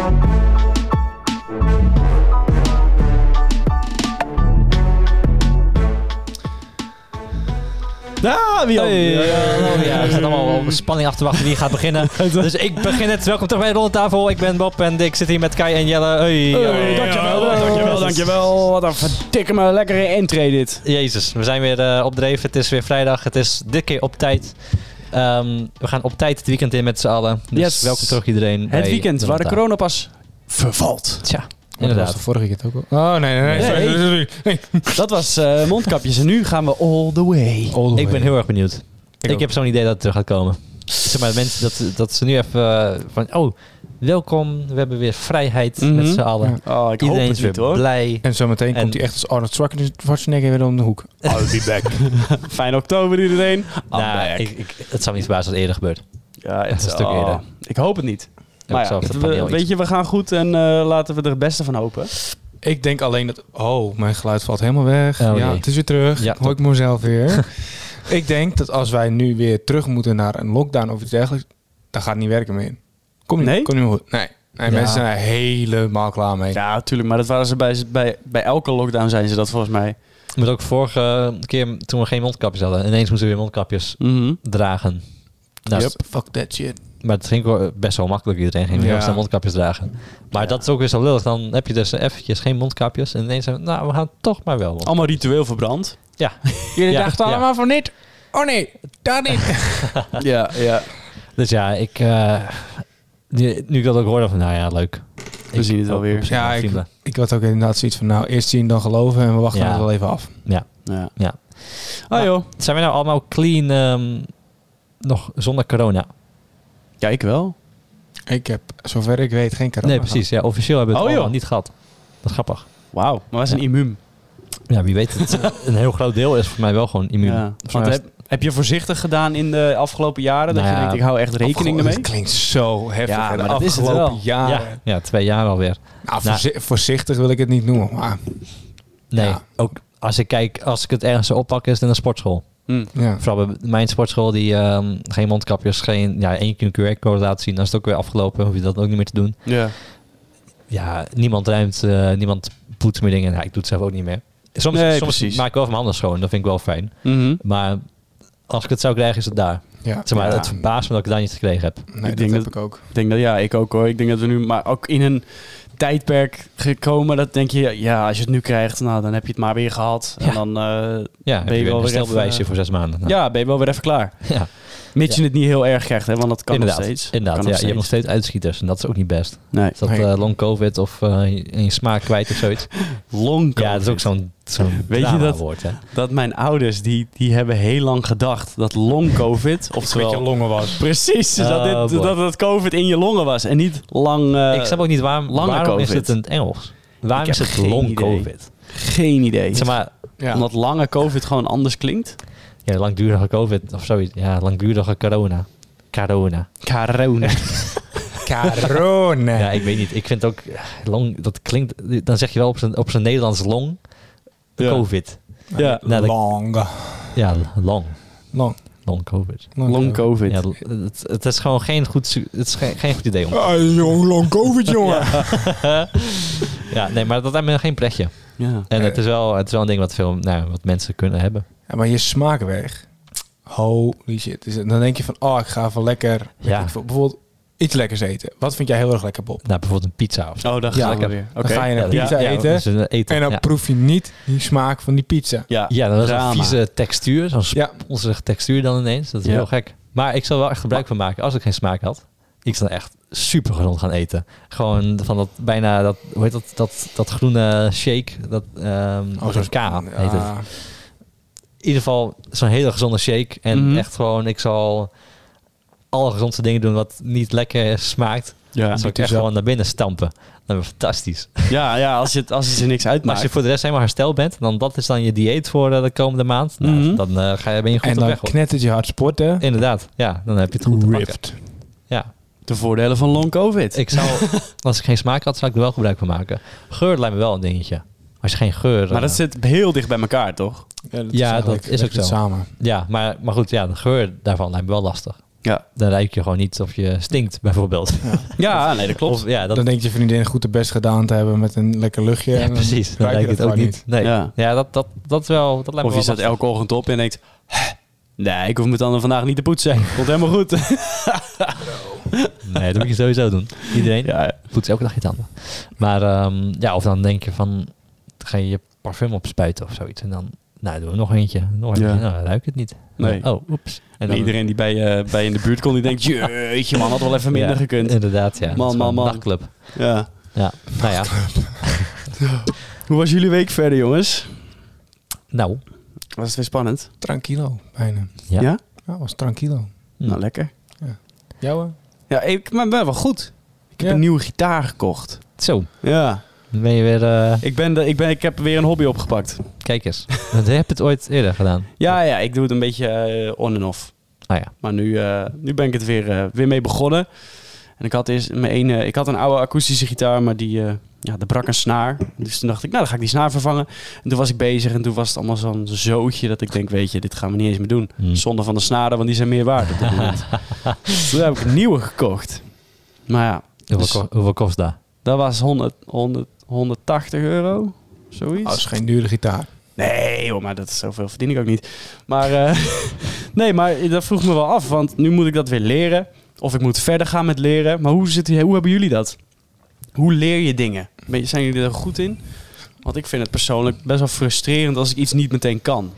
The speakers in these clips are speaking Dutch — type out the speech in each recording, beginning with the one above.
We zitten allemaal op spanning af te wachten wie gaat beginnen. Dus ik begin het. Welkom terug bij de rondetafel. Ik ben Bob en ik zit hier met Kai en Jelle. Dankjewel. Wat een verdikke maar lekkere intro dit. Jezus, we zijn weer opdreven. Het is weer vrijdag. Het is dit keer op tijd. We gaan op tijd het weekend in met z'n allen. Dus welkom terug iedereen. Het weekend waar de corona pas vervalt. Tja, inderdaad. Dat was de vorige weekend ook al. Oh, nee. Dat was mondkapjes en nu gaan we all the way. Ik ben heel erg benieuwd. Ik heb zo'n idee dat het terug gaat komen. Zeg maar, mensen dat ze nu even van... welkom, we hebben weer vrijheid met z'n allen. Ja. Ik iedereen hoop is weer niet, hoor. blij. En zometeen komt hij echt als Arnold Schwarzenegger weer om de hoek. I'll be back. Fijn oktober iedereen. Het zou niet verbazen als het eerder gebeurt. Ja, het is een stuk eerder. Ik hoop het niet. Maar weet je, we gaan goed en laten we er het beste van hopen. Ik denk alleen dat... Oh, mijn geluid valt helemaal weg. Het is weer terug. Ja, hoor ik mezelf weer. Ik denk dat als wij nu weer terug moeten naar een lockdown of iets dergelijks, dan gaat het niet werken meer. Komt niet meer goed. Nee, mensen zijn er helemaal klaar mee. Ja, natuurlijk. Maar dat waren ze bij elke lockdown zijn ze dat volgens mij. Maar ook vorige keer toen we geen mondkapjes hadden. Ineens moesten we weer mondkapjes dragen. Nou, fuck that shit. Maar het ging best wel makkelijk. Iedereen ging heel snel mondkapjes dragen. Maar dat is ook weer zo lullig. Dan heb je dus eventjes geen mondkapjes. En ineens zeggen we gaan toch maar wel. Allemaal ritueel verbrand. Ja. Jullie dachten allemaal van niet. Oh nee, dat niet. Ja. Dus ja, nu ik dat ook hoorde van, leuk. We zien het wel weer. Ja, ik had ook inderdaad zoiets van, eerst zien dan geloven en we wachten het wel even af. Ja. Joh. Zijn we nou allemaal clean nog zonder corona? Ja, ik wel. Ik heb, zover ik weet, geen corona. Nee, precies. Ja, officieel hebben we het allemaal niet gehad. Dat is grappig. Wauw, maar we zijn immuun. Ja, wie weet het. Een heel groot deel is voor mij wel gewoon immuun. Ja. Want heb je voorzichtig gedaan in de afgelopen jaren? Dat je denkt, ik hou echt rekening ermee? Dat klinkt zo heftig. Ja, maar de dat is het afgelopen wel. jaren. Ja, 2 jaar alweer. Voorzichtig wil ik het niet noemen. Maar nee, ook als ik het ergens oppak, is het in een sportschool. Ja. Vooral bij mijn sportschool, die geen mondkapjes, één keer een QR-code laten zien. Dan is het ook weer afgelopen. Hoef je dat ook niet meer te doen. Ja, niemand ruimt, niemand poetst meer dingen. Ik doe het zelf ook niet meer. Soms maak ik wel van mijn handen schoon. Dat vind ik wel fijn. Maar als ik het zou krijgen, is het daar. Ja. Zeg maar, het verbaast me dat ik het daar niet gekregen heb. Nee, dat heb ik ook. Ik denk dat, ik ook hoor. Ik denk dat we nu maar ook in een tijdperk gekomen. Dat denk je, als je het nu krijgt, dan heb je het maar weer gehad. En dan ben je wel weer een stelbewijsje voor 6 maanden. Nou. Ja, ben je wel weer even klaar. Ja. Mits je het niet heel erg krijgt, hè, want dat kan nog steeds. Inderdaad, je hebt nog steeds uitschieters en dat is ook niet best. Nee. Is dat long covid of je smaak kwijt of zoiets? Long covid. Ja, dat is ook zo'n weet je woord, hè? Dat mijn ouders, die hebben heel lang gedacht dat long covid, oftewel je longen was. Precies, dat het covid in je longen was en niet lang ik snap ook niet waarom COVID. is het in het Engels? Waarom is het long covid? Geen idee. Zeg maar, omdat lange covid gewoon anders klinkt. Ja, langdurige covid of zoiets. Ja, langdurige corona. Corona. Ja, ik weet niet. Ik vind ook long, dat klinkt, dan zeg je wel op zijn Nederlands long. Covid. Ja, long. Ja, long. Long covid. Long covid. Ja, het is gewoon geen goed idee om. Long covid, jongen. Ja, nee, maar dat heeft me geen pretje. Ja. En het is wel een ding wat mensen kunnen hebben. Ja, maar je smaak weg. Holy shit. Dus dan denk je van, ik ga van lekker... bijvoorbeeld iets lekkers eten. Wat vind jij heel erg lekker, Bob? Nou, bijvoorbeeld een pizza of zo. Oh, dat ga ik weer. Dan ga je een pizza eten. Dus en dan proef je niet die smaak van die pizza. Ja, dat is een vieze textuur. Zo'n sponsige textuur dan ineens. Dat is heel gek. Maar ik zal wel echt gebruik van maken als ik geen smaak had. Ik zal echt super gezond gaan eten. Gewoon van dat bijna, hoe heet dat groene shake. Zo'n K heet het. In ieder geval zo'n hele gezonde shake. En echt gewoon, ik zal alle gezondste dingen doen wat niet lekker smaakt. Ja, dan zal ik echt gewoon naar binnen stampen. Dat is fantastisch. Ja, als je er niks uitmaakt. Maar als je voor de rest helemaal hersteld bent, dan dat is dan je dieet voor de komende maand. Nou, dan ben je goed en op weg. En dan knettert je hard sporten. Inderdaad, ja. Dan heb je het goed te pakken. Ja. De voordelen van long covid. Ik zou, als ik geen smaak had, zou ik er wel gebruik van maken. Geur lijkt me wel een dingetje. Als je geen geur... Maar dat zit heel dicht bij elkaar, toch? Ja, dat is ook zo. Samen. Ja, maar goed, de geur daarvan lijkt me wel lastig. dan ruik je gewoon niet of je stinkt, bijvoorbeeld. Ja, nee, dat klopt. Of, ja, dat... Dan denkt je vriendin goed de best gedaan te hebben met een lekker luchtje. Ja, en dan precies. Dan ruik je lijkt het ook gewoon niet. Nee. Ja, dat wel. Dat lijkt me Of je wel staat elke ochtend op en denkt... Nee, ik hoef mijn tanden vandaag niet te poetsen. Komt helemaal goed. Nee, dat moet je sowieso doen. Iedereen poetst elke dag je tanden. Maar of dan denk je van... Ga je parfum opspuiten of zoiets. En dan... Nou, doen we nog eentje. Nou, dan ruik het niet. Nee. Oh, oeps. En dan... Iedereen die bij je in de buurt komt, die denkt... Jeetje man, had wel even minder gekund. Inderdaad, ja. Man. Nachtclub. Ja. Nou ja. Hoe was jullie week verder, jongens? Nou. Was het weer spannend? Tranquilo, bijna. Ja? Ja, was tranquilo. Nou, lekker. Ja. Jou? Ja, ik ben wel goed. Ik heb een nieuwe gitaar gekocht. Zo. Ja. Dan ben je weer... Ik heb weer een hobby opgepakt. Kijk eens. Want je hebt het ooit eerder gedaan. Ja, ik doe het een beetje on en off. Ah ja. Maar nu ben ik het weer mee begonnen. En ik had eerst ik had een oude akoestische gitaar, maar er brak een snaar. Dus toen dacht ik, nou, dan ga ik die snaar vervangen. En toen was ik bezig en toen was het allemaal zo'n zootje dat ik denk, weet je, dit gaan we niet eens meer doen. Zonder van de snaren, want die zijn meer waard op dit moment. Toen heb ik een nieuwe gekocht. Maar ja. Hoeveel kost dat? Dat was 180 euro, zoiets. Dat is geen dure gitaar. Nee, joh, maar dat is zoveel verdien ik ook niet. Maar nee, maar dat vroeg me wel af, want nu moet ik dat weer leren. Of ik moet verder gaan met leren. Maar hoe hebben jullie dat? Hoe leer je dingen? Zijn jullie er goed in? Want ik vind het persoonlijk best wel frustrerend als ik iets niet meteen kan.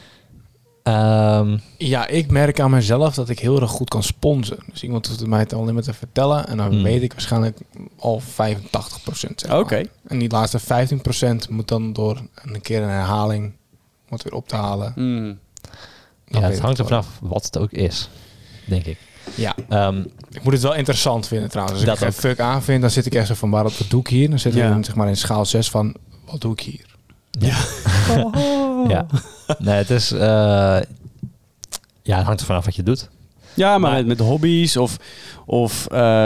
Ja, ik merk aan mezelf dat ik heel erg goed kan sponsen. Dus iemand hoeft mij het alleen maar te vertellen. En dan weet ik waarschijnlijk al 85%. Zeg maar. Oké. En die laatste 15% moet dan door een keer een herhaling wat weer op te halen. Ja, het hangt er vanaf wat het ook is, denk ik. Ja. Ik moet het wel interessant vinden trouwens. Als ik het fuck aan vind, dan zit ik echt zo van, wat doe ik hier? Dan zit ik zeg maar in schaal 6 van, wat doe ik hier? Ja. Ja. Nee, het is... het hangt er vanaf wat je doet. Ja, maar met hobby's of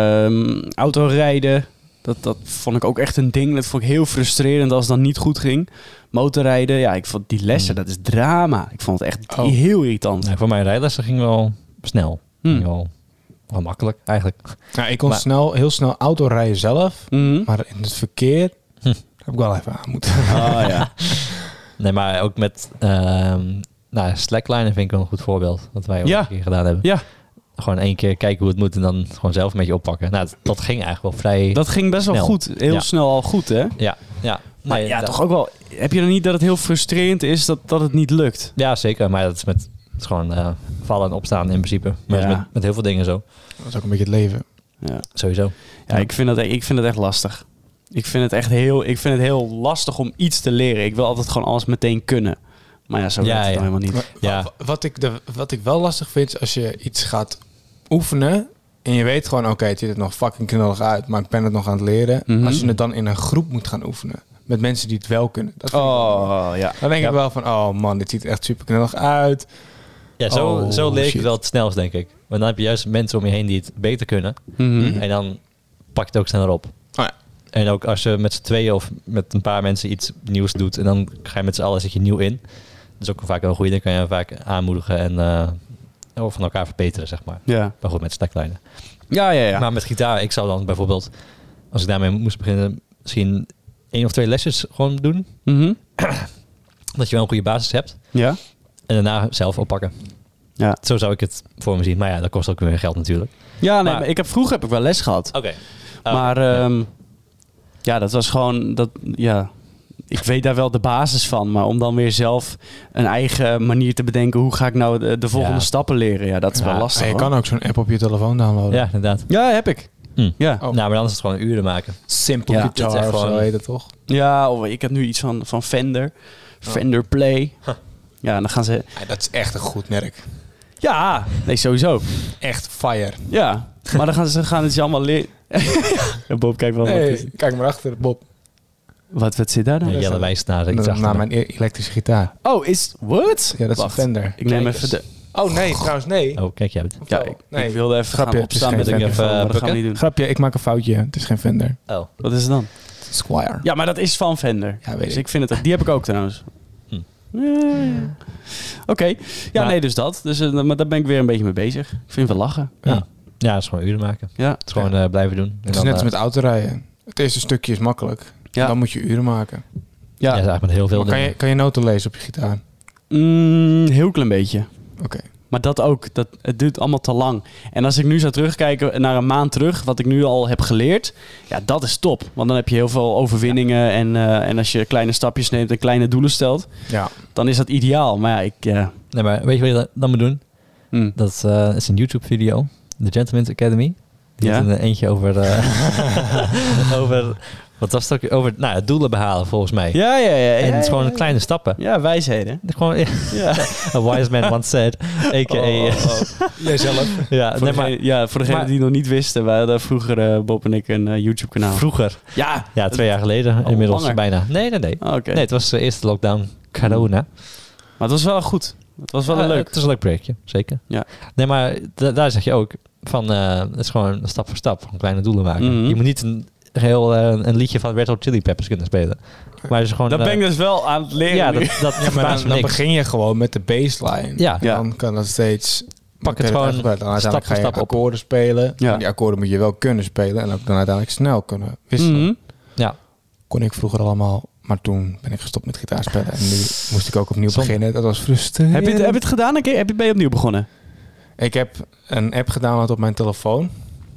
autorijden. Dat vond ik ook echt een ding. Dat vond ik heel frustrerend als het dan niet goed ging. Motorrijden, ja, ik vond die lessen, dat is drama. Ik vond het echt heel irritant. Nee, voor mijn rijlessen ging wel snel. Ging wel makkelijk, eigenlijk. Ja, ik kon heel snel autorijden zelf. Maar in het verkeer heb ik wel even aan moeten. Ja. Nee, maar ook met slacklinen vind ik wel een goed voorbeeld. Wat wij ook een keer gedaan hebben. Ja. Gewoon 1 keer kijken hoe het moet en dan gewoon zelf een beetje oppakken. Nou, dat ging eigenlijk wel vrij. Dat ging best wel goed. Heel snel al goed, hè? Ja. Maar toch ook wel... Heb je dan niet dat het heel frustrerend is dat het niet lukt? Ja, zeker. Maar dat is gewoon vallen en opstaan in principe. Maar dat is met heel veel dingen zo. Dat is ook een beetje het leven. Ja. Sowieso. Ja, ik vind het echt lastig. Ik vind het heel lastig om iets te leren. Ik wil altijd gewoon alles meteen kunnen. Maar ja, zo werkt het helemaal niet. Wat ik wel lastig vind, is als je iets gaat oefenen en je weet gewoon, oké, het ziet er nog fucking knullig uit, maar ik ben het nog aan het leren. Als je het dan in een groep moet gaan oefenen met mensen die het wel kunnen. Dat vind ik dan denk ik wel van, oh man, dit ziet er echt super knullig uit. Ja, zo leer ik het wel het snelst, denk ik. Want dan heb je juist mensen om je heen die het beter kunnen. En dan pak je het ook sneller op. Oh ja. En ook als je met z'n tweeën of met een paar mensen iets nieuws doet en dan ga je met z'n allen zit je nieuw in. Dat is ook vaak wel een goede. Dan kan je vaak aanmoedigen en van elkaar verbeteren, zeg maar. Ja. Maar goed, met stacklijnen. Ja. Maar met gitaar, ik zou dan bijvoorbeeld, als ik daarmee moest beginnen, misschien 1 of 2 lesjes gewoon doen. Dat je wel een goede basis hebt. Ja. En daarna zelf oppakken. Ja. Zo zou ik het voor me zien. Maar ja, dat kost ook weer geld natuurlijk. Ja, nee, maar vroeger heb ik wel les gehad. Oké. Maar dat was gewoon... Ik weet daar wel de basis van. Maar om dan weer zelf een eigen manier te bedenken... hoe ga ik nou de volgende stappen leren? Ja, dat is wel lastig. Je kan ook zo'n app op je telefoon downloaden. Ja, inderdaad. Ja, heb ik. Ja. Nou, maar dan is het gewoon uren maken. Simple guitar of zo heet het toch? Ja, of ik heb nu iets van Fender. Fender Play. Ja, en dan gaan ze... Ja, dat is echt een goed merk. Ja, nee, sowieso. Echt fire. Ja, maar dan gaan het je allemaal leren. Bob, kijk wel. Kijk maar achter, Bob. Wat zit daar dan? Ja, Jelle wijst naar mijn elektrische gitaar. Oh, What? Ja, dat is een Fender. Ik neem even de... Oh nee, trouwens nee. Oh, kijk jij het. Ja, ik wilde even gaan opstaan met een maar dat gaan we niet doen. Grapje, ik maak een foutje. Het is geen Fender. Oh. Wat is het dan? Squire. Ja, maar dat is van Fender. Ja, weet dus ik vind het... Die heb ik ook trouwens. Oké. Ja, nee, dus dat. Dus, maar daar ben ik weer een beetje mee bezig. Ik vind het wel lachen. Ja, het is gewoon uren maken. Ja. Het is gewoon blijven doen. Het is net als met autorijden. Het eerste stukje is makkelijk. Ja. Dan moet je uren maken. Ja, dat is eigenlijk met heel veel Maar kan je noten lezen op je gitaar? heel klein beetje. Oké. Maar dat ook. Het duurt allemaal te lang. En als ik nu zou terugkijken naar een maand terug, wat ik nu al heb geleerd, ja, dat is top. Want dan heb je heel veel overwinningen en als je kleine stapjes neemt en kleine doelen stelt, dan is dat ideaal. Maar ja, Nee, maar weet je wat je dan moet doen? Dat is een YouTube-video. The Gentleman's Academy. Die heeft een eentje over... over... Wat was het ook? Over doelen behalen, volgens mij. Ja. En het is gewoon kleine stappen. Ja, wijsheden. Gewoon, a wise man once said, a.k.a. Jijzelf. Voor degenen die nog niet wisten, wij hadden vroeger, Bob en ik, een YouTube-kanaal. Vroeger? Ja, 2 jaar geleden. Inmiddels langer. bijna. Nee. Okay. Nee, het was de eerste lockdown, corona. Maar het was wel goed. Het was wel leuk. Het is een leuk projectje, zeker. Ja. Nee, maar daar zeg je ook van, het is gewoon stap voor stap, gewoon kleine doelen maken. Mm-hmm. Je moet niet een liedje van Red Hot Chili Peppers kunnen spelen. Maar dus gewoon, dat ben ik dus wel aan het leren. Ja, maar dan begin je gewoon met de baseline. Ja. En dan kan dat steeds... Pak het gewoon dan uiteindelijk ga je akkoorden spelen. Ja. En die akkoorden moet je wel kunnen spelen. En ook dan uiteindelijk snel kunnen wisselen. Mm-hmm. Ja. Kon ik vroeger allemaal... Maar toen ben ik gestopt met gitaarspelen. En nu moest ik ook opnieuw beginnen. Dat was frustrerend. Heb je het gedaan een keer? Ben je opnieuw begonnen? Ik heb een app gedownload op mijn telefoon.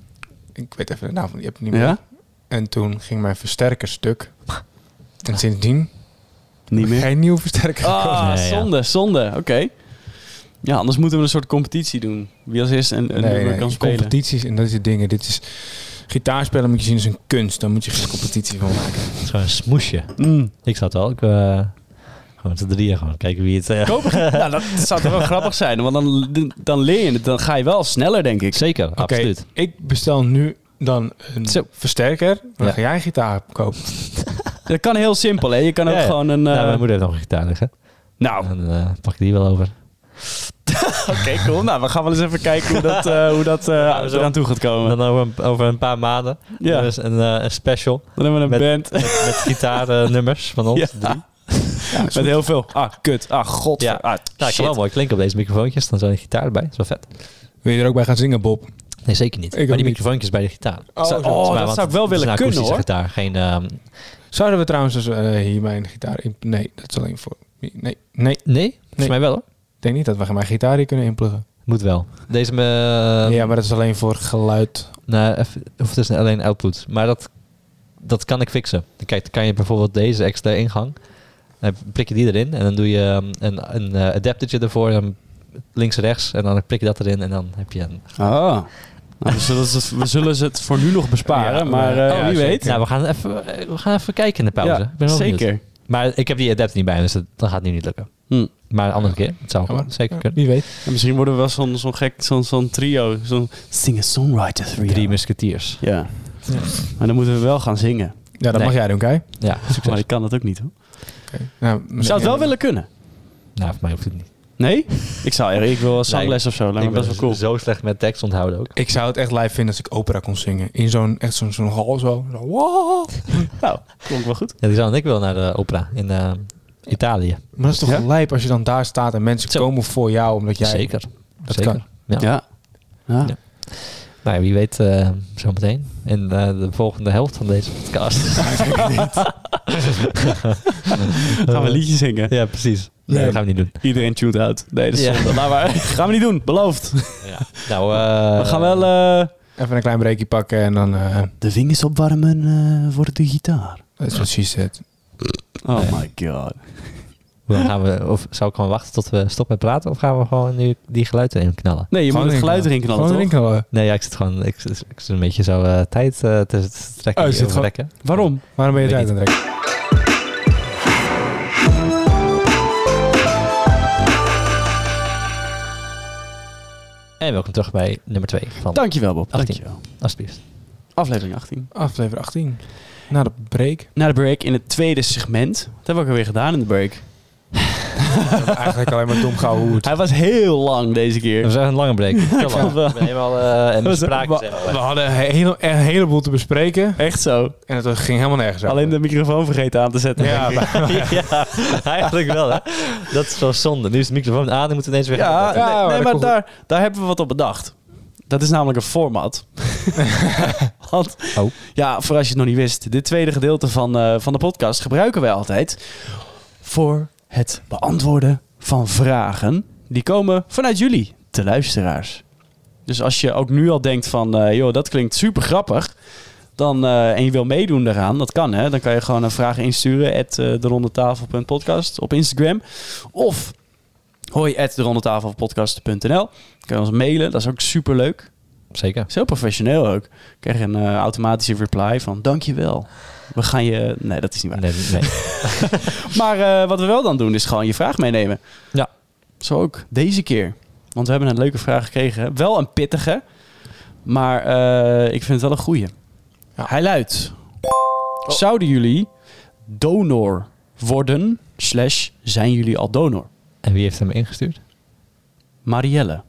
Ik weet even de naam van die app niet meer. Ja? En toen ging mijn versterker stuk. En sindsdien... Niet meer? Geen nieuwe versterker. Zonde. Oké. Ja, anders moeten we een soort competitie doen. Wie als eerst een nummer kan spelen. Competities en dat is het ding. Dit is... Gitaarspelen moet je zien als een kunst. Daar moet je geen competitie van maken. Het is gewoon een smoesje. Ik zou het wel. Gewoon z'n drieën gewoon kijken wie het... Nou, dat zou toch wel grappig zijn. Want dan leer je het. Dan ga je wel sneller, denk ik. Zeker, absoluut. Ik bestel nu dan een versterker. Dan ga jij een gitaar kopen. Dat kan heel simpel, hè? Je kan ook gewoon een... mijn moeder heeft nog een gitaar liggen. Nou. Dan pak ik die wel over. Oké, cool. Nou, we gaan wel eens even kijken hoe dat eraan toe gaat komen. Dan over een paar maanden. Ja. Dus een special. Dan hebben we een band. Met gitaarnummers van ons. 3. Ja, met heel veel. God. Ja. Het kan wel mooi klinken op deze microfoontjes. Dan zo'n gitaar erbij. Dat is wel vet. Wil je er ook bij gaan zingen, Bob? Nee, zeker niet. Maar die microfoontjes bij de gitaar. Dat zou ik wel willen kunnen, hoor. Gitaar, geen... Zouden we trouwens hier mijn gitaar in... Nee, dat is alleen voor... Nee? Volgens mij wel, hoor. Ik denk niet dat we mijn gitaar hier kunnen inpluggen. Moet wel. Deze ja, maar dat is alleen voor geluid. Of het is alleen output. Maar dat kan ik fixen. Kijk, dan kan je bijvoorbeeld deze extra ingang. Dan prik je die erin. En dan doe je een adaptertje ervoor. Dan links en rechts. En dan prik je dat erin. En dan heb je een... Nou, we zullen het voor nu nog besparen. Maar wie weet. Nou, we gaan even kijken in de pauze. Ik ben wel zeker. benieuwd. Maar ik heb die adapter niet bij. Dus dat gaat nu niet lukken. Maar een andere keer. Het zou zeker kunnen. Wie weet. En misschien worden we wel zo'n gek, zo'n trio. Zo'n singer-songwriter trio. 3 musketiers. Ja. Maar dan moeten we wel gaan zingen. Ja, dat mag jij doen, Kai. Ja, succes. Maar ik kan dat ook niet, hoor. Nou, zou het wel willen kunnen? Nou, voor mij hoeft het niet. Nee? Ik wil zangles of zo. Lijkt me best wel cool. Zo slecht met tekst onthouden ook. Ik zou het echt live vinden als ik opera kon zingen. In zo'n hal zo. Wow. Nou, klonk wel goed. Ja, die zou en ik wil naar de opera in Italië. Maar dat is toch lijp als je dan daar staat en mensen komen voor jou omdat jij... Zeker. Dat Zeker. kan. Ja. Nou ja, wie weet zometeen in de volgende helft van deze podcast. Gaan we liedjes zingen? Ja, precies. Nee, dat gaan we niet doen. Iedereen tuned out. Nee, dat is zonde. Nou, maar gaan we niet doen. Beloofd. Ja. Nou, we gaan wel... Even een klein breakje pakken en dan... de vingers opwarmen voor de gitaar. Dat is wat she said. Oh my god. Dan gaan we, of zou ik gewoon wachten tot we stoppen met praten? Of gaan we gewoon nu die geluiden erin knallen? Nee, je moet het geluid erin knallen, toch? Erin knallen. Nee, ja, ik zit een beetje zo tijd te trekken. Waarom? Waarom ben je tijd aan het trekken? En welkom terug bij nummer 2 van... Dankjewel, Bob. 18. Dankjewel. Alsjeblieft. Aflevering 18. Aflevering 18. Na de break. Na de break in het tweede segment. Wat hebben we ook alweer gedaan in de break? Eigenlijk alleen maar dom gauw hoed. Hij was heel lang deze keer. We zijn een lange break. Heel lang. wel. Ik ben helemaal in mijn spraak. We hadden een heleboel te bespreken. Echt zo. En het ging helemaal nergens over. Alleen de microfoon vergeten aan te zetten. Ja, Ja, eigenlijk wel, hè. Dat is wel zonde. Nu is de microfoon aan en moet ineens weer... Ja, Ja, nee, maar maar daar hebben we wat op bedacht. Dat is namelijk een format. Want, ja, voor als je het nog niet wist, dit tweede gedeelte van de podcast gebruiken wij altijd voor het beantwoorden van vragen. Die komen vanuit jullie, de luisteraars. Dus als je ook nu al denkt van, joh, dat klinkt super grappig. Dan, en je wil meedoen daaraan, dat kan, hè. Dan kan je gewoon een vraag insturen, @derondetafel.podcast op Instagram. Of hoi@derondetafelpodcast.nl. Kan je ons mailen, dat is ook super leuk. Zeker. Is heel professioneel ook. Ik krijg een automatische reply van dankjewel. We gaan je... Nee, dat is niet waar. Nee. Maar wat we wel dan doen is gewoon je vraag meenemen. Ja. Zo ook deze keer. Want we hebben een leuke vraag gekregen. Wel een pittige. Maar ik vind het wel een goeie. Ja. Hij luidt. Zouden jullie donor worden / zijn jullie al donor? En wie heeft hem ingestuurd? Marielle.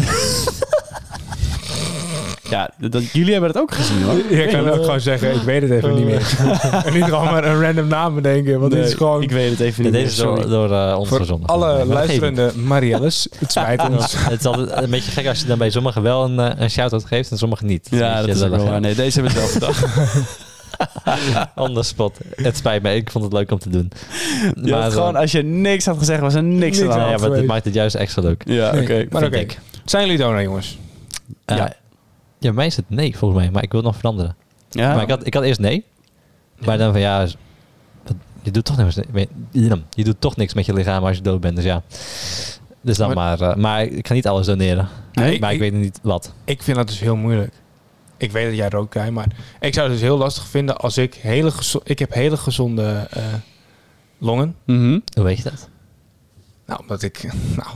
Ja, jullie hebben het ook gezien, hoor. Je kan ook gewoon zeggen, ik weet het even niet meer. En niet gewoon maar een random naam bedenken. Want dit is gewoon... Ik weet het even niet Deze meer. is door ons voor gezonden. alle luisterende Marielles, het spijt ons. Het is altijd een beetje gek als je dan bij sommigen wel een shout-out geeft en sommigen niet. Ja, dat is ook wel waar. Nee, deze hebben we zelf bedacht. On the spot. Het spijt me, ik vond het leuk om te doen. Maar gewoon, als je niks had gezegd, was er niks aan de hand. Ja, maar dit maakt het juist extra leuk. Ja, Nee, oké. maar oké. Zijn jullie donor, jongens? Ja, bij mij is het nee, volgens mij. Maar ik wil het nog veranderen. Ja. Maar ik had eerst nee. Maar dan van ja... Je doet toch niks, je doet toch niks met je lichaam als je dood bent. Dus ja. Dus dan maar ik ga niet alles doneren. Nee, Maar ik weet niet wat. Ik vind dat dus heel moeilijk. Ik weet dat jij rook krijgt, maar ik zou het dus heel lastig vinden als ik ik heb hele gezonde longen. Mhm. Hoe weet je dat? Nou, omdat ik...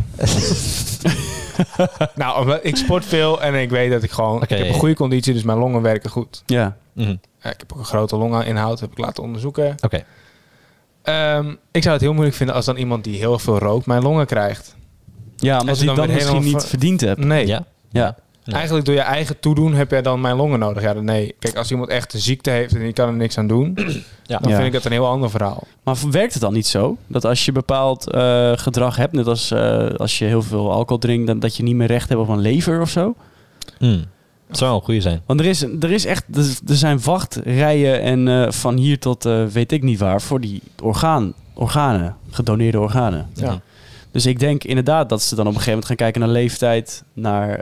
omdat ik sport veel en ik weet dat ik gewoon... Oké, ik heb een goede conditie, dus mijn longen werken goed. Ja. Mhm. Ik heb ook een grote longeninhoud, heb ik laten onderzoeken. Oké. Ik zou het heel moeilijk vinden als dan iemand die heel veel rookt mijn longen krijgt. Ja, omdat ze je dan dan weer misschien helemaal niet verdiend hebt. Nee. Ja? Ja. Ja. Eigenlijk door je eigen toedoen heb jij dan mijn longen nodig. Ja, nee. Kijk, als iemand echt een ziekte heeft en die kan er niks aan doen, dan vind ik dat een heel ander verhaal. Maar werkt het dan niet zo? Dat als je bepaald gedrag hebt, net als als je heel veel alcohol drinkt, dan dat je niet meer recht hebt op een lever of zo? Het zou wel een goede zijn. Want er is echt, er zijn wachtrijen en van hier tot weet ik niet waar voor die organen, gedoneerde organen. Ja. Dus ik denk inderdaad dat ze dan op een gegeven moment gaan kijken naar leeftijd, naar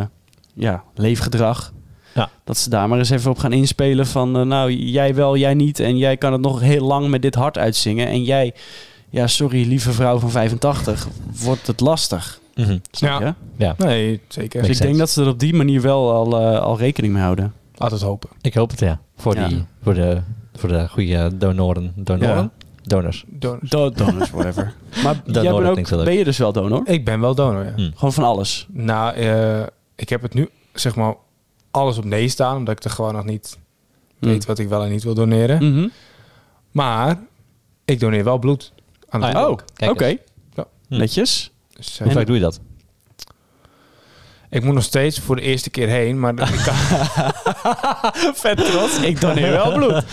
leefgedrag. Ja. Dat ze daar maar eens even op gaan inspelen van, nou, jij wel, jij niet. En jij kan het nog heel lang met dit hart uitzingen. En jij, ja, sorry, lieve vrouw van 85, wordt het lastig. Mhm. Snap je? Ja. Nee, zeker. Dus ik denk dat ze er op die manier wel al rekening mee houden. Laat het hopen. Ik hoop het, ja. Voor de goede donoren. Ja. Donors. Donors, whatever. Maar Donor, ben je dus wel donor? Ik ben wel donor, ja. Gewoon van alles? Nou, ik heb het nu, zeg maar, alles op nee staan, omdat ik er gewoon nog niet weet wat ik wel en niet wil doneren. Mhm. Maar ik doneer wel bloed aan de Oh, oké. Ja. Netjes. Dus, Hoe vaak doe je dat? ik moet nog steeds voor de eerste keer heen, maar ik kan... Vet trots. Ik doneer wel bloed.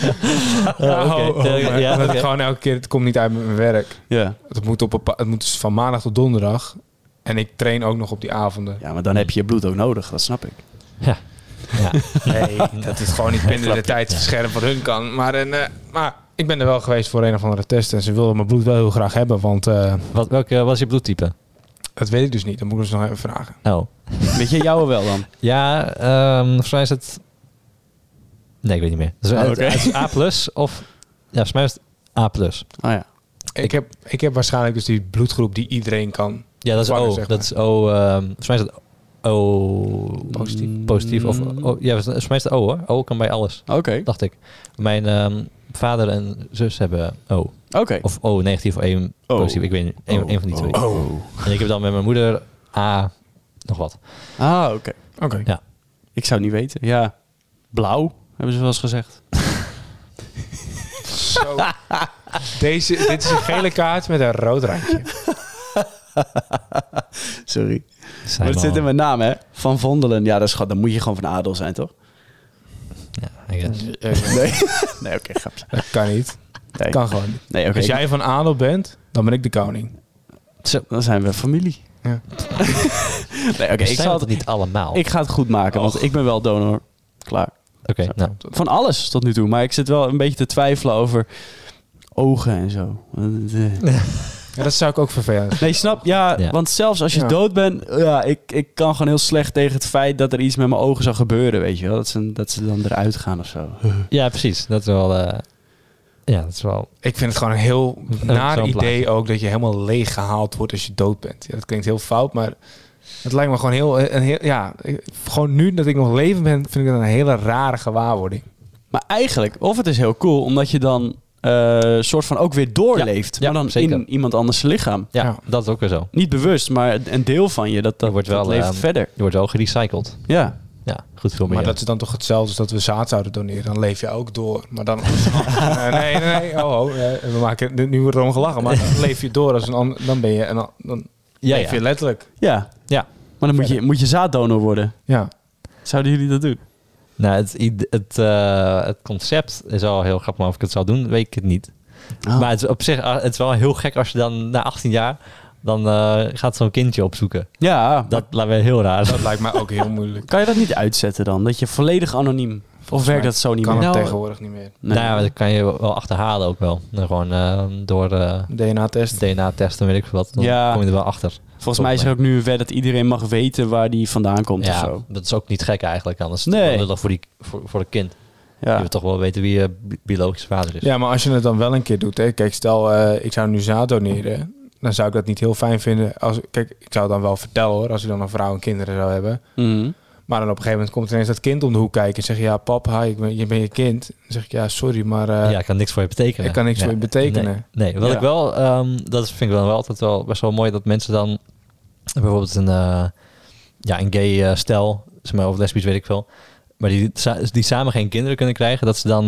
Dat ik gewoon elke keer, het komt niet uit met mijn werk. Ja. Het moet dus van maandag tot donderdag. En ik train ook nog op die avonden. Ja, maar dan heb je bloed ook nodig. Dat snap ik. Ja. Nee, dat het gewoon niet binnen de tijd scherm voor hun kan. Maar ik ben er wel geweest voor een of andere test. En ze wilden mijn bloed wel heel graag hebben. Want Welke was je bloedtype? dat weet ik dus niet. Dan moet ik dus nog even vragen. Oh. Weet je jouwe wel dan? Ja, volgens mij is het... Nee, ik weet niet meer. Dus het is A+, of... Ja, volgens mij is het A+. Oh ja. Ik heb waarschijnlijk dus die bloedgroep die iedereen kan. Ja, dat is vangen, O. zeg maar. Dat is O... volgens mij is het O... Positief. Of, ja, volgens mij is het O, hoor. O kan bij alles. Oké. Dacht ik. Mijn vader en zus hebben O. Oké. Of O negatief of E positief. Ik weet niet. Een van die twee. En ik heb dan met mijn moeder A... nog wat. Ah, oké. Oké. Ja. Ik zou het niet weten. Ja. Blauw, hebben ze wel eens gezegd. Zo. Dit is een gele kaart met een rood randje. Sorry. Maar het zit in mijn naam, hè? Van Vondelen. Ja, dat is gewoon, dan moet je gewoon van adel zijn, toch? Ja, I guess. Nee, oké, grapje. Dat kan niet. Dat Nee. kan gewoon niet. Nee, oké. Als jij van adel bent, dan ben ik de koning. Zo, dan zijn we familie. Ja. Nee, oké. Ik zal het niet allemaal. Ik ga het goed maken, want ik ben wel donor. Klaar. Oké, nou. Van alles tot nu toe. Maar ik zit wel een beetje te twijfelen over ogen en zo. Ja, dat zou ik ook vervelend. Nee, snap? Ja, Ja. want zelfs als je Ja. dood bent... Ja, ik kan gewoon heel slecht tegen het feit dat er iets met mijn ogen zou gebeuren, weet je wel. Dat ze dan eruit gaan of zo. Ja, precies. Dat is wel... ja, dat is wel... Ik vind het gewoon een heel naar zo'n idee plaatje. ook dat je helemaal leeg gehaald wordt als je dood bent. Ja, dat klinkt heel fout, maar het lijkt me gewoon gewoon nu dat ik nog levend ben, vind ik dat een hele rare gewaarwording. Maar eigenlijk, of het is heel cool, omdat je dan soort van ook weer doorleeft. Ja, maar dan zeker. in iemand anders lichaam. Ja, Ja. dat is ook weer zo. Niet bewust, maar een deel van je, dat wordt wel, leeft verder. Je wordt wel gerecycled. Ja. Ja, goed veel meer. Maar dat is dan toch hetzelfde als dat we zaad zouden doneren. Dan leef je ook door. Maar dan... nee. We maken, nu wordt er om gelachen. Maar dan leef je door als een ander. Dan ben je... En dan leef je letterlijk. Ja. Ja. Maar dan moet je zaaddonor worden. Ja. Zouden jullie dat doen? Nou, het concept is wel heel grappig, maar of ik het zou doen, weet ik het niet. Oh. Maar het is op zich het is wel heel gek als je dan na 18 jaar, dan gaat zo'n kindje opzoeken. Ja. Dat lijkt me heel raar. Dat lijkt mij ook heel moeilijk. Kan je dat niet uitzetten dan? Dat je volledig anoniem... Of werkt dat zo niet Kan meer? het Nou, tegenwoordig niet meer. Nee. Nou ja, dat kan je wel achterhalen ook wel. Dan gewoon door DNA-test. DNA-testen, weet ik veel wat. Dan Ja. kom je er wel achter. Volgens mij is er ook nu een wet dat iedereen mag weten waar die vandaan komt of Ja, zo. dat is ook niet gek eigenlijk. Anders is het Nee. wel lullig voor het kind. Je Ja. wil toch wel weten wie je biologische vader is. Ja, maar als je het dan wel een keer doet. Hè. Kijk, stel ik zou nu zaad doneren. Dan zou ik dat niet heel fijn vinden. Kijk, ik zou het dan wel vertellen hoor. Als ik dan een vrouw en kinderen zou hebben. Mhm. Maar dan op een gegeven moment komt ineens dat kind om de hoek kijken. En zeg je, ja pap, je bent je kind. Dan zeg ik, ja sorry, maar Ja, ik kan niks voor je betekenen. ik kan niks voor je betekenen. Nee, wat Ja. ik wel, dat vind ik wel altijd wel best wel mooi dat mensen dan bijvoorbeeld een gay stel, zeg maar, of lesbisch, weet ik veel, maar die samen geen kinderen kunnen krijgen, dat ze dan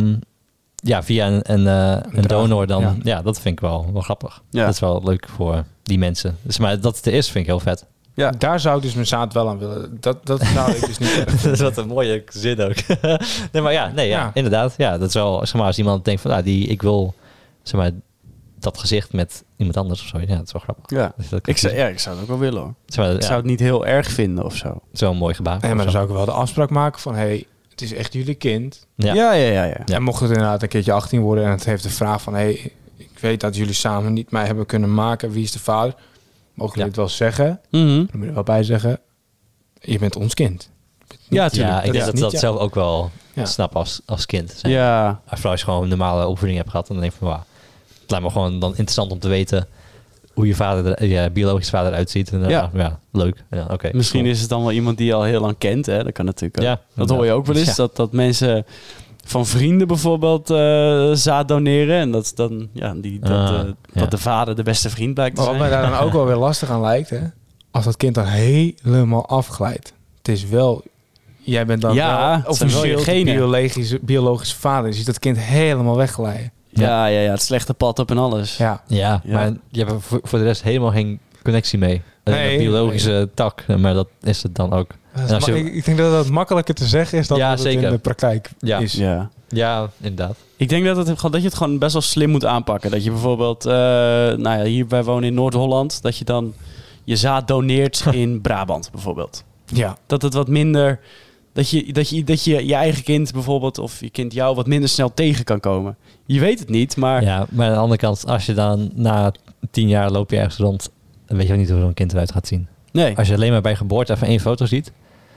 via een donor dan, ja, dat vind ik wel grappig. Ja. Dat is wel leuk voor die mensen. Dus, maar dat het er is, vind ik heel vet. Ja. Daar zou ik dus mijn zaad wel aan willen. Dat zou ik dus niet erg Dat is vinden. wat een mooie zin ook. Nee, maar ja, inderdaad. Ja, dat is wel, zeg maar, als iemand denkt van, ik wil, zeg maar, dat gezicht met iemand anders of zo. Ja, dat is wel grappig. Ja. Dus dat kan Ik zou het ook wel willen hoor. zeg maar, Ik zou het niet heel erg vinden of zo. het is wel een mooi gebaar. Ja, maar dan zou ik wel de afspraak maken van... het is echt jullie kind. Ja. Ja. Ja. En mocht het inderdaad een keertje 18 worden... en het heeft de vraag van... ik weet dat jullie samen niet mij hebben kunnen maken. Wie is de vader? Mogen jullie het wel zeggen? Mhm. Dan moet je er wel bij zeggen... je bent ons kind. Ja, tuurlijk. Ja, ik denk dat niet dat jou. zelf ook wel Ja. snap als kind. Ja. Vooral als je gewoon een normale opvoeding hebt gehad. Dan denk je van, het lijkt me gewoon dan interessant om te weten... hoe je biologische vader eruit ziet. En, Ja. Leuk. Ja, oké. Misschien Cool. is het dan wel iemand die je al heel lang kent. Hè? Dat kan natuurlijk ook. Ja, Dat hoor je ook wel eens. Ja. Dat mensen van vrienden bijvoorbeeld zaad doneren. En dat is dan dat de vader de beste vriend blijkt te Maar wat zijn. mij daar dan ook wel weer lastig aan lijkt... Hè, als dat kind dan helemaal afglijdt. Het is wel... Jij bent dan Ja, wel het zijn wel je officieel de genen. biologische vader. Je ziet dat kind helemaal wegglijden. Ja, het slechte pad op en alles. Ja. Ja, Ja. maar je hebt er voor de rest helemaal geen connectie mee. Nee, Een biologische tak, maar dat is het dan ook. En als je- Ik denk dat dat makkelijker te zeggen is dan Ja, dat het zeker. in de praktijk Ja. is. Ja. Ja, inderdaad. Ik denk dat je het gewoon best wel slim moet aanpakken. Dat je bijvoorbeeld, hier wij wonen in Noord-Holland, dat je dan je zaad doneert in Brabant bijvoorbeeld. Ja. Dat het wat minder, dat je je eigen kind bijvoorbeeld of je kind jou wat minder snel tegen kan komen. Je weet het niet, maar Ja, maar aan de andere kant, als je dan na 10 jaar loop je ergens rond, dan weet je ook niet hoe zo'n kind eruit gaat zien. nee. Als je alleen maar bij geboorte even 1 foto ziet,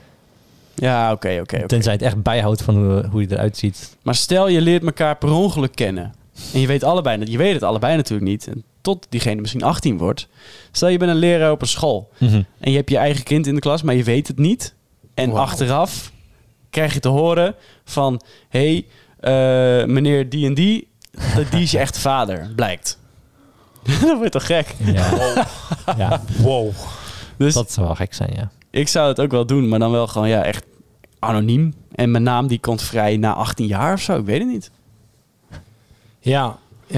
Ja, oké. tenzij het echt bijhoudt van hoe je eruit ziet. Maar stel je leert elkaar per ongeluk kennen. En je weet het allebei natuurlijk niet. En tot diegene misschien 18 wordt. Stel je bent een leraar op een school. En je hebt je eigen kind in de klas, maar je weet het niet. En Wauw. achteraf krijg je te horen van... meneer die en die is je echte vader, blijkt. Dat wordt toch gek? Ja, ja, Wow. Dus dat zou wel gek zijn, ja. ik zou het ook wel doen, maar dan wel gewoon echt anoniem. En mijn naam die komt vrij na 18 jaar of zo, ik weet het niet. Ja.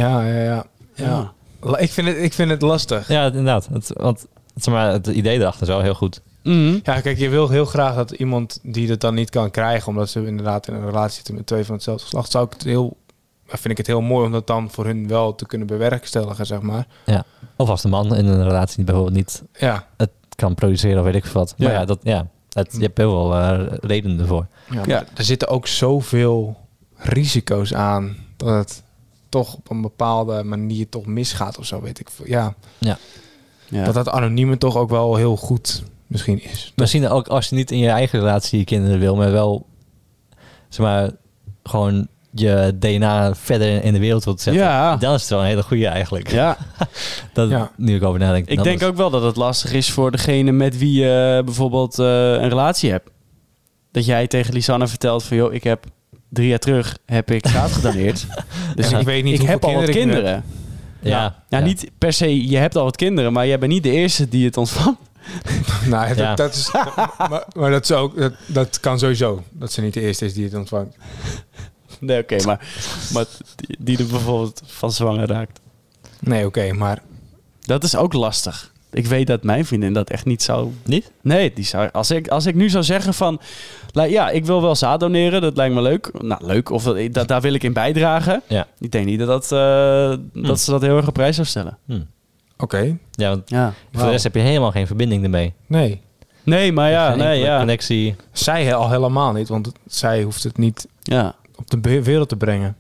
Ik vind het lastig. Ja, inderdaad. Want zeg maar, het idee erachter is wel heel goed. Mm-hmm. Ja, kijk, je wil heel graag dat iemand die het dan niet kan krijgen, omdat ze inderdaad in een relatie zitten met 2 van hetzelfde geslacht, vind ik het heel mooi om dat dan voor hun wel te kunnen bewerkstelligen, zeg maar. Ja. Of als de man in een relatie bijvoorbeeld niet het kan produceren of weet ik wat. Maar je hebt heel wel redenen ervoor. Ja, er zitten ook zoveel risico's aan dat het toch op een bepaalde manier toch misgaat of zo, weet ik veel. Ja. Dat anonieme toch ook wel heel goed misschien is. Misschien ook als je niet in je eigen relatie je kinderen wil, maar wel, zeg maar, gewoon je DNA verder in de wereld wilt zetten. Ja. Dan is het wel een hele goede eigenlijk. Ja. Nu ik over nadenk. Ik denk ook wel dat het lastig is voor degene met wie je bijvoorbeeld een relatie hebt. Dat jij tegen Lisanne vertelt van, joh, ik heb 3 jaar terug zaad gedoneerd. Dus ik weet niet, ik heb al wat kinderen. Ja. Niet per se, je hebt al wat kinderen, maar jij bent niet de eerste die het ontvangt. Nou, dat is, maar dat is ook, dat kan sowieso. Dat ze niet de eerste is die het ontvangt. Nee, oké, maar die er bijvoorbeeld van zwanger raakt. Nee, oké, maar dat is ook lastig. Ik weet dat mijn vriendin dat echt niet zou... Niet? Nee, die zou, als ik nu zou zeggen van... Ja, ik wil wel zaad doneren, dat lijkt me leuk. Nou, leuk, of daar wil ik in bijdragen. Ja. Ik denk niet dat ze dat heel erg op prijs zou stellen. Oké. Ja, want voor de rest heb je helemaal geen verbinding ermee. Nee, maar connectie. Zij al helemaal niet, want zij hoeft het niet op de wereld te brengen.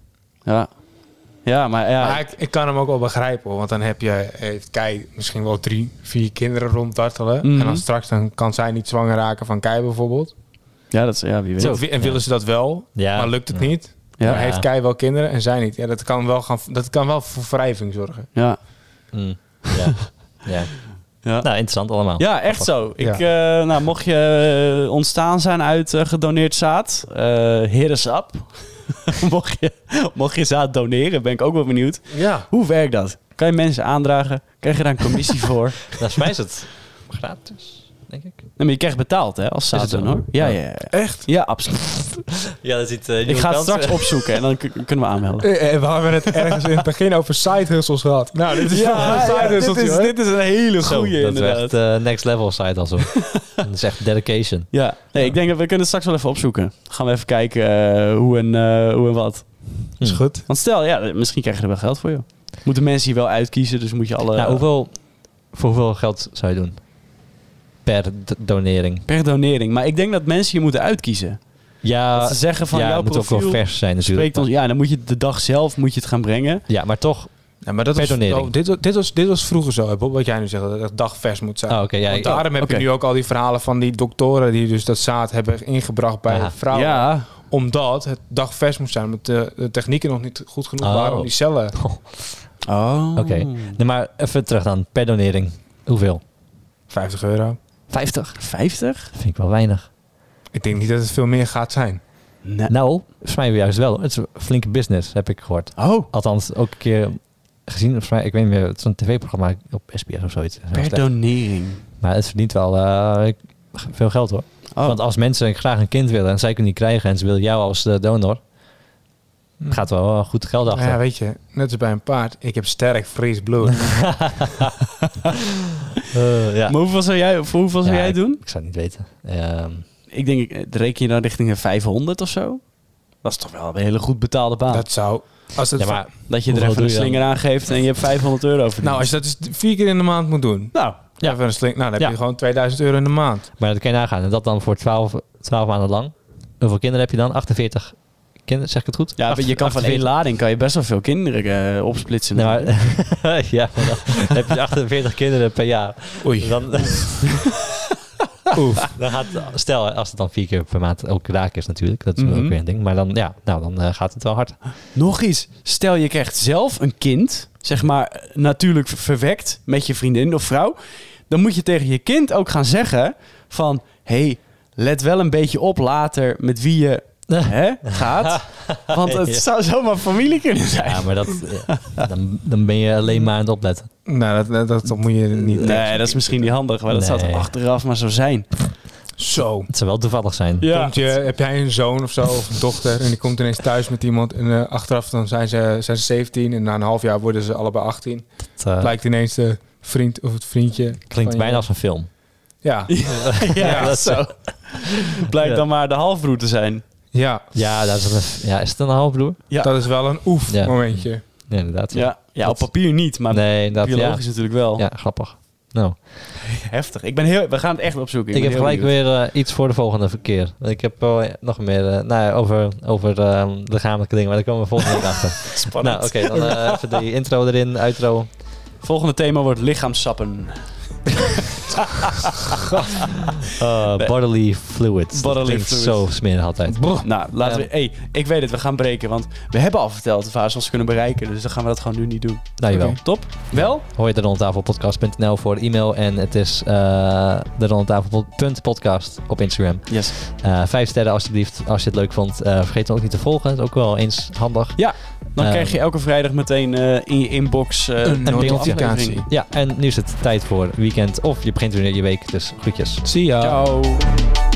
Ja, maar ik kan hem ook wel begrijpen, hoor, want dan heeft Kei misschien wel 3-4 kinderen ronddartelen. Mm-hmm. En dan straks kan zij niet zwanger raken van Kei bijvoorbeeld. Ja, wie weet. En willen ze dat wel, maar lukt het niet. Ja. Maar heeft Kei wel kinderen en zij niet. Ja, dat kan wel voor wrijving zorgen. Ja. Ja. Nou, interessant allemaal. Ja, echt zo. Mocht je ontstaan zijn uit gedoneerd zaad, hit us up. mocht je zaad doneren, ben ik ook wel benieuwd. Ja. Hoe werkt dat? Kan je mensen aandragen? Krijg je daar een commissie voor? Volgens mij is het gratis, denk ik. Nee, maar je krijgt betaald, hè, als zaaddonor. Ja. Echt? Ja, absoluut. Ja, dat ziet, ik ga het straks opzoeken en dan kunnen we aanmelden. We hebben het ergens in het begin over side hustles gehad. Nou, dit is dit is een hele goeie, inderdaad. Dat is echt next level side also. Dat is echt dedication. Ja, nee, ik denk dat we kunnen het straks wel even opzoeken. Gaan we even kijken hoe en wat. Is goed. Want stel, misschien krijg je er wel geld voor, joh. Moeten mensen hier wel uitkiezen, dus moet je alle... Nou, voor hoeveel geld zou je doen? Per donering? Per donering. Maar ik denk dat mensen je moeten uitkiezen. Ja, dat ze zeggen van jouw moet profiel... ook wel vers zijn natuurlijk. Dan moet je de dag zelf het gaan brengen. Ja, maar toch... Ja, maar dat dit was vroeger zo, wat jij nu zegt, dat het dagvers moet zijn. Want daarom heb je nu ook al die verhalen van die doktoren die dus dat zaad hebben ingebracht bij vrouwen. Ja. Omdat het dagvers moet zijn, omdat de technieken nog niet goed genoeg waren om die cellen... Oké. Nee, maar even terug dan, per donering. Hoeveel? €50. 50? 50? Vind ik wel weinig. Ik denk niet dat het veel meer gaat zijn. Nee. Nou, volgens mij juist wel. Het is een flinke business, heb ik gehoord. Althans, ook een keer gezien. Volgens mij, ik weet niet meer, het is een tv-programma op SBS of zoiets. Per donering. Maar het verdient wel veel geld, hoor. Want als mensen graag een kind willen en zij kunnen niet krijgen en ze willen jou als donor, gaat wel goed geld achter. Ja, weet je, net als bij een paard. Ik heb sterk Fries bloed. Maar hoeveel zou jij doen? Ik zou het niet weten. Ik denk, reken je dan richting een 500 of zo? Dat is toch wel een hele goed betaalde baan. Dat zou... dat je er even een slinger aan geeft en je hebt €500 verdiend. Nou, als je dat dus 4 keer in de maand moet doen. Nou, even een slinger, dan heb je gewoon €2000 in de maand. Maar dat kan je nagaan. En dat dan voor 12 maanden lang. Hoeveel kinderen heb je dan? 48 kinderen, zeg ik het goed? Ja, je kan van 1 lading kan je best wel veel kinderen opsplitsen. Nee, maar, ja, maar dan heb je 48 kinderen per jaar. Oei. Dan stel, als het dan 4 keer per maand elke raak is natuurlijk. Dat is ook weer een ding. Maar dan gaat het wel hard. Nog iets. Stel je krijgt zelf een kind, zeg maar natuurlijk verwekt met je vriendin of vrouw. Dan moet je tegen je kind ook gaan zeggen van... Hey, let wel een beetje op later met wie je gaat. Want het zou zomaar familie kunnen zijn. Ja, maar dan ben je alleen maar aan het opletten. Nou, dat moet je niet... Nee, dat is misschien niet handig. Maar dat zou toch achteraf maar zo zijn. Zo. Het zou wel toevallig zijn. Ja. Heb jij een zoon of zo, of een dochter... en die komt ineens thuis met iemand... en achteraf dan zijn ze 17... en na een half jaar worden ze allebei 18. Het Blijkt ineens de vriend of het vriendje... klinkt bijna als een film. Ja. Ja, dat zo. Blijkt dan maar de halfbroer te zijn. Ja. Ja, is het een halfbroer? Ja. Dat is wel een momentje. Ja, inderdaad. Ja, op papier niet, maar biologisch natuurlijk wel. Ja, grappig. Nou. Heftig. We gaan het echt opzoeken. Ik heb gelijk weer iets voor de volgende keer. Ik heb nog meer over lichamelijke dingen, maar daar komen we volgende week achter. Spannend. Nou, oké, dan even die intro erin, outro. Volgende thema wordt lichaamssappen. Bodily fluids. Bodily fluids. Zo smerig altijd. Nou, laten we... ik weet het, we gaan breken. Want we hebben al verteld waar ze ons kunnen bereiken. Dus dan gaan we dat gewoon nu niet doen. Nou, jawel. Top? Wel? Hoor je de rondtafelpodcast.nl voor e-mail. En het is de rondtafel.podcast op Instagram. Yes. 5 sterren alsjeblieft, als je het leuk vond. Vergeet hem ook niet te volgen. Dat is ook wel eens handig. Ja. Dan krijg je elke vrijdag meteen in je inbox een notificatie. Ja, en nu is het tijd voor weekend. Of je begint weer je week. Dus groetjes. Zie ya. Ciao.